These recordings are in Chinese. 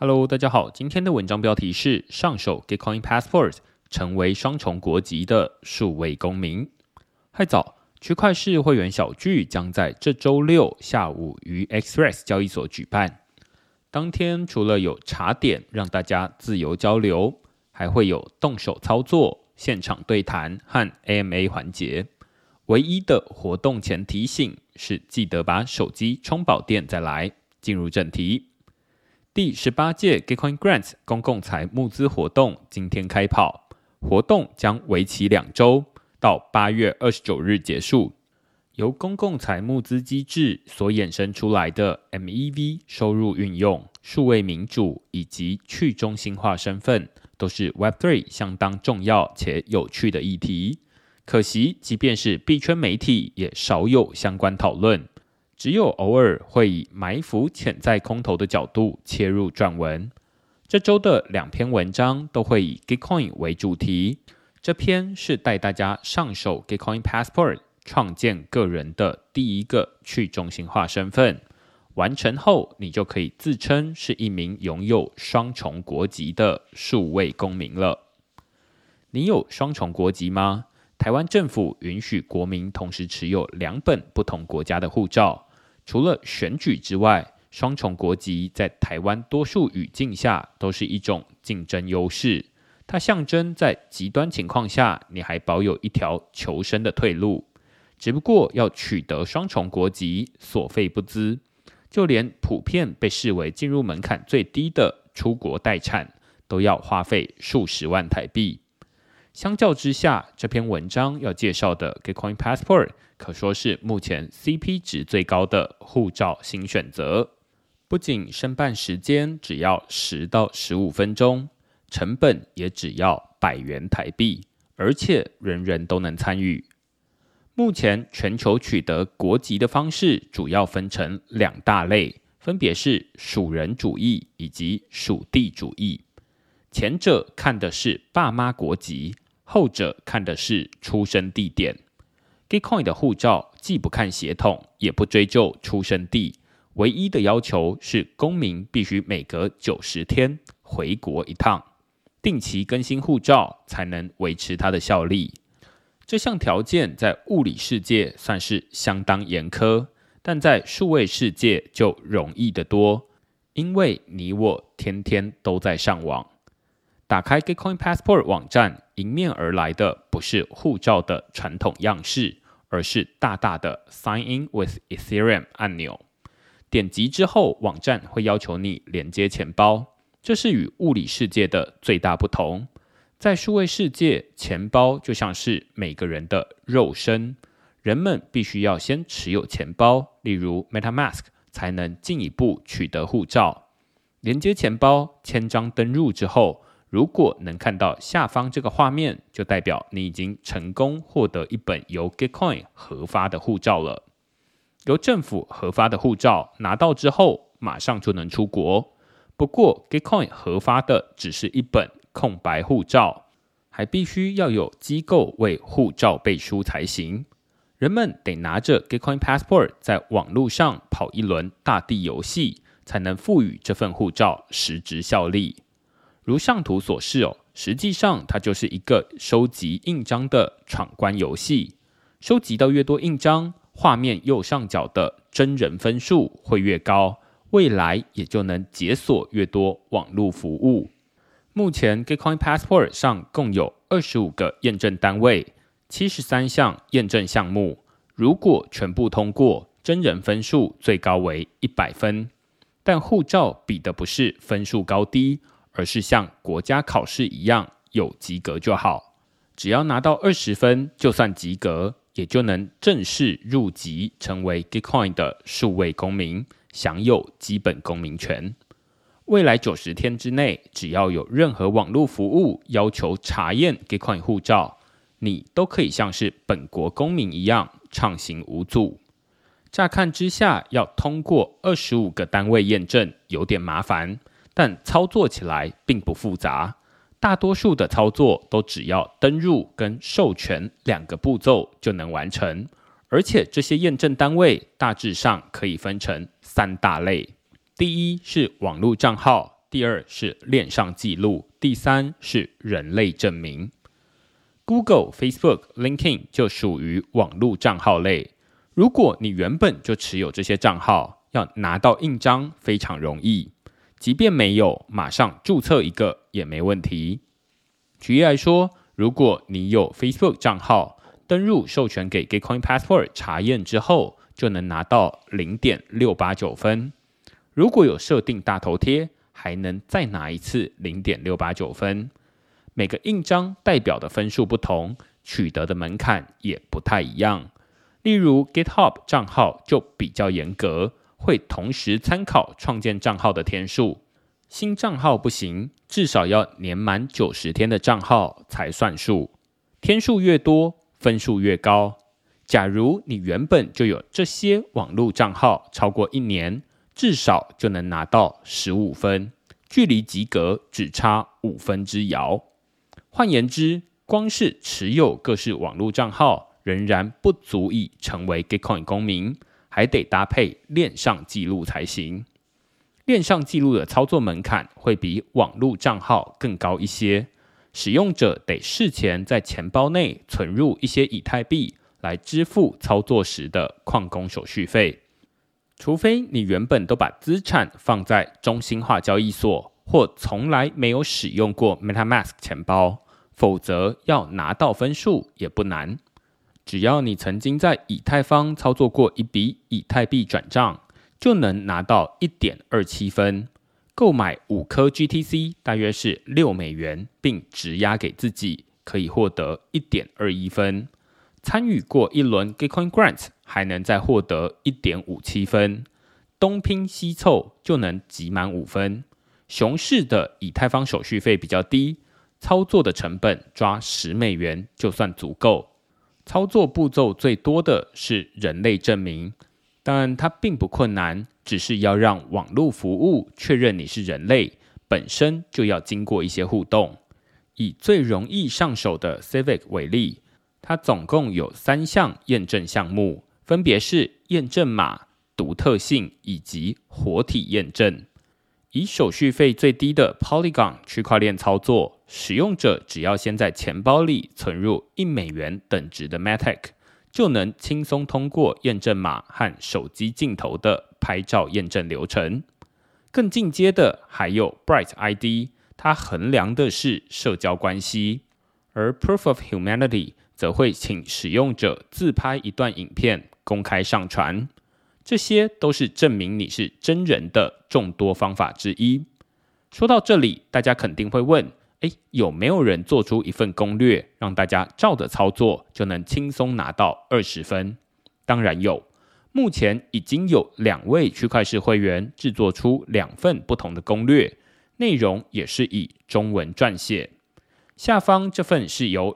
Hello， 大家好，今天的文章标题是上手 Gitcoin Passport， 成为双重国籍的数位公民。嗨早，区块市会员小聚将在这周六下午于 Express 交易所举办。当天除了有茶点让大家自由交流，还会有动手操作、现场对谈和 AMA 环节。唯一的活动前提醒是记得把手机充饱电再来。进入正题。第18届 Gitcoin Grants 公共财募资活动今天开跑，活动将为期2周，到8月29日结束。由公共财募资机制所衍生出来的 MEV 收入运用、数位民主以及去中心化身份，都是 Web3 相当重要且有趣的议题。可惜，即便是币圈媒体也少有相关讨论。只有偶尔会以埋伏潜在空头的角度切入撰文。这周的2篇文章都会以 Gitcoin 为主题。这篇是带大家上手 Gitcoin Passport， 创建个人的第一个去中心化身份。完成后，你就可以自称是一名拥有双重国籍的数位公民了。你有双重国籍吗？台湾政府允许国民同时持有2本不同国家的护照。除了选举之外，双重国籍在台湾多数语境下都是一种竞争优势。它象征在极端情况下，你还保有一条求生的退路。只不过要取得双重国籍，所费不赀，就连普遍被视为进入门槛最低的出国待产，都要花费数十万台币。相较之下，这篇文章要介绍的 Gitcoin Passport 可说是目前 CP 值最高的护照新选择。不仅申办时间只要10到15分钟，成本也只要100元台币，而且人人都能参与。目前全球取得国籍的方式主要分成2大类，分别是属人主义以及属地主义。前者看的是爸妈国籍，后者看的是出生地点。Gitcoin 的护照既不看血统，也不追究出生地，唯一的要求是公民必须每隔90天回国一趟，定期更新护照才能维持它的效力。这项条件在物理世界算是相当严苛，但在数位世界就容易得多，因为你我天天都在上网。打开 Gitcoin Passport 网站，迎面而来的不是护照的传统样式，而是大大的 Sign in with Ethereum 按钮。点击之后，网站会要求你连接钱包，这是与物理世界的最大不同。在数位世界，钱包就像是每个人的肉身，人们必须要先持有钱包，例如 MetaMask， 才能进一步取得护照。连接钱包，签章登入之后，如果能看到下方这个画面，就代表你已经成功获得一本由 Gitcoin 核发的护照了。由政府核发的护照拿到之后，马上就能出国。不过 Gitcoin 核发的只是一本空白护照，还必须要有机构为护照背书才行。人们得拿着 Gitcoin Passport 在网络上跑一轮大地游戏，才能赋予这份护照实质效力。如上图所示实际上它就是一个收集印章的闯关游戏。收集到越多印章，画面右上角的真人分数会越高，未来也就能解锁越多网络服务。目前 Gitcoin Passport 上共有25个验证单位，73项验证项目，如果全部通过，真人分数最高为100分。但护照比的不是分数高低，而是像国家考试一样有及格就好。只要拿到20分就算及格，也就能正式入籍成为 Gitcoin 的数位公民，享有基本公民权。未来90天之内，只要有任何网络服务要求查验 Gitcoin 护照，你都可以像是本国公民一样畅行无阻。乍看之下，要通过25个单位验证有点麻烦，但操作起来并不复杂。大多数的操作都只要登入跟授权2个步骤就能完成，而且这些验证单位大致上可以分成3大类。第一是网络账号， 第二是链上记录，第三是人类证明。Google、Facebook、LinkedIn 就属于网络账号类。如果你原本就持有这些账号，要拿到印章非常容易，即便没有，马上注册一个也没问题。举例来说，如果你有 Facebook 账号，登入授权给 Gitcoin Passport 查验之后，就能拿到 0.689 分。如果有设定大头贴，还能再拿一次 0.689 分。每个印章代表的分数不同，取得的门槛也不太一样。例如 GitHub 账号就比较严格，会同时参考创建账号的天数。新账号不行，至少要年满90天的账号才算数。天数越多，分数越高。假如你原本就有这些网络账号超过1年，至少就能拿到15分，距离及格只差5分之遥。换言之，光是持有各式网络账号仍然不足以成为 Gitcoin 公民，还得搭配链上记录才行。链上记录的操作门槛会比网络账号更高一些，使用者得事前在钱包内存入一些以太币来支付操作时的矿工手续费。除非你原本都把资产放在中心化交易所，或从来没有使用过 MetaMask 钱包，否则要拿到分数也不难。只要你曾经在以太坊操作过一笔以太币转账，就能拿到 1.27 分。购买5颗 GTC 大约是6美元，并质押给自己，可以获得 1.21 分。参与过一轮 Gitcoin Grants 还能再获得 1.57 分。东拼西凑就能集满5分。熊市的以太坊手续费比较低，操作的成本抓10美元就算足够。操作步骤最多的是人类证明，但它并不困难，只是要让网络服务确认你是人类，本身就要经过一些互动。以最容易上手的 Civic 为例，它总共有3项验证项目，分别是验证码、独特性以及活体验证。以手续费最低的 Polygon 区块链操作，使用者只要先在钱包里存入1美元等值的 Matic， 就能轻松通过验证码和手机镜头的拍照验证流程。更进阶的还有 Bright ID， 它衡量的是社交关系，而 Proof of Humanity 则会请使用者自拍一段影片公开上传。这些都是证明你是真人的众多方法之一。说到这里，大家肯定会问，有没有人做出一份攻略，让大家照着操作就能轻松拿到20分？当然有，目前已经有2位区块市会员制作出2份不同的攻略，内容也是以中文撰写。下方这份是由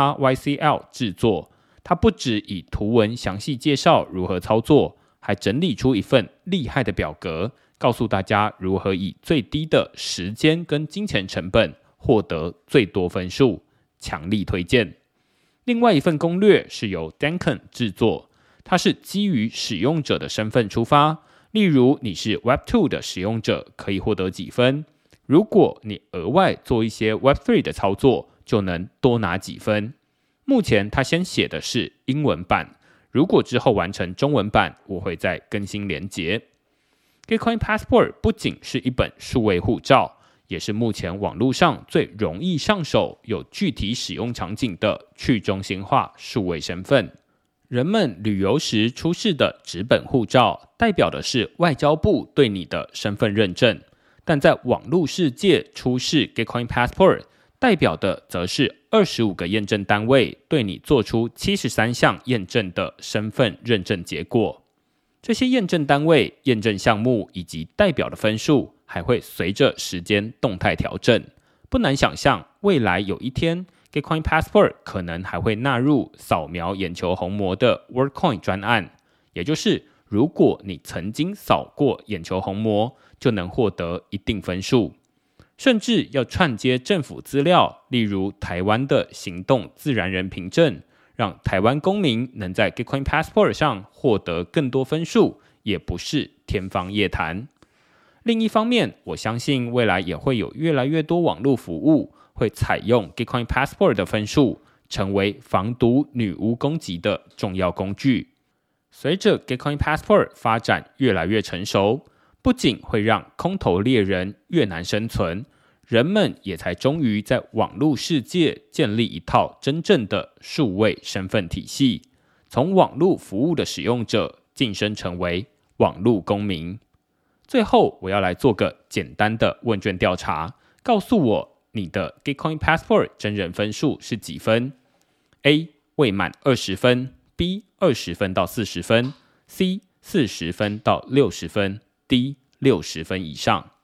0xYCL 制作，它不只以图文详细介绍如何操作，还整理出一份厉害的表格，告诉大家如何以最低的时间跟金钱成本获得最多分数，强力推荐。另外一份攻略是由 Duncan 制作，它是基于使用者的身份出发，例如你是 Web2 的使用者，可以获得几分，如果你额外做一些 Web3 的操作，就能多拿几分。目前它先写的是英文版，如果之后完成中文版，我会再更新连结。Gitcoin Passport 不仅是一本数位护照，也是目前网络上最容易上手、有具体使用场景的去中心化数位身份。人们旅游时出示的纸本护照，代表的是外交部对你的身份认证，但在网络世界出示 Gitcoin Passport， 代表的则是25个验证单位对你做出73项验证的身份认证结果。这些验证单位、验证项目以及代表的分数还会随着时间动态调整。不难想象，未来有一天 Gitcoin Passport 可能还会纳入扫描眼球虹膜的 WorldCoin 专案，也就是如果你曾经扫过眼球虹膜，就能获得一定分数。甚至要串接政府资料，例如台湾的行动自然人凭证，让台湾公民能在 Gitcoin Passport 上获得更多分数，也不是天方夜谭。 另一方面，我相信未来也会有越来越多网络服务会采用 Gitcoin Passport 的分数，成为防毒女巫攻击的重要工具。随着 Gitcoin Passport 发展越来越成熟，不仅会让空头猎人越难生存，人们也才终于在网络世界建立一套真正的数位身份体系，从网络服务的使用者晋升成为网络公民。最后，我要来做个简单的问卷调查，告诉我你的 Gitcoin Passport 真人分数是几分？ A. 未满20分， B. 20分到40分， C. 40分到60分， D. 60分以上。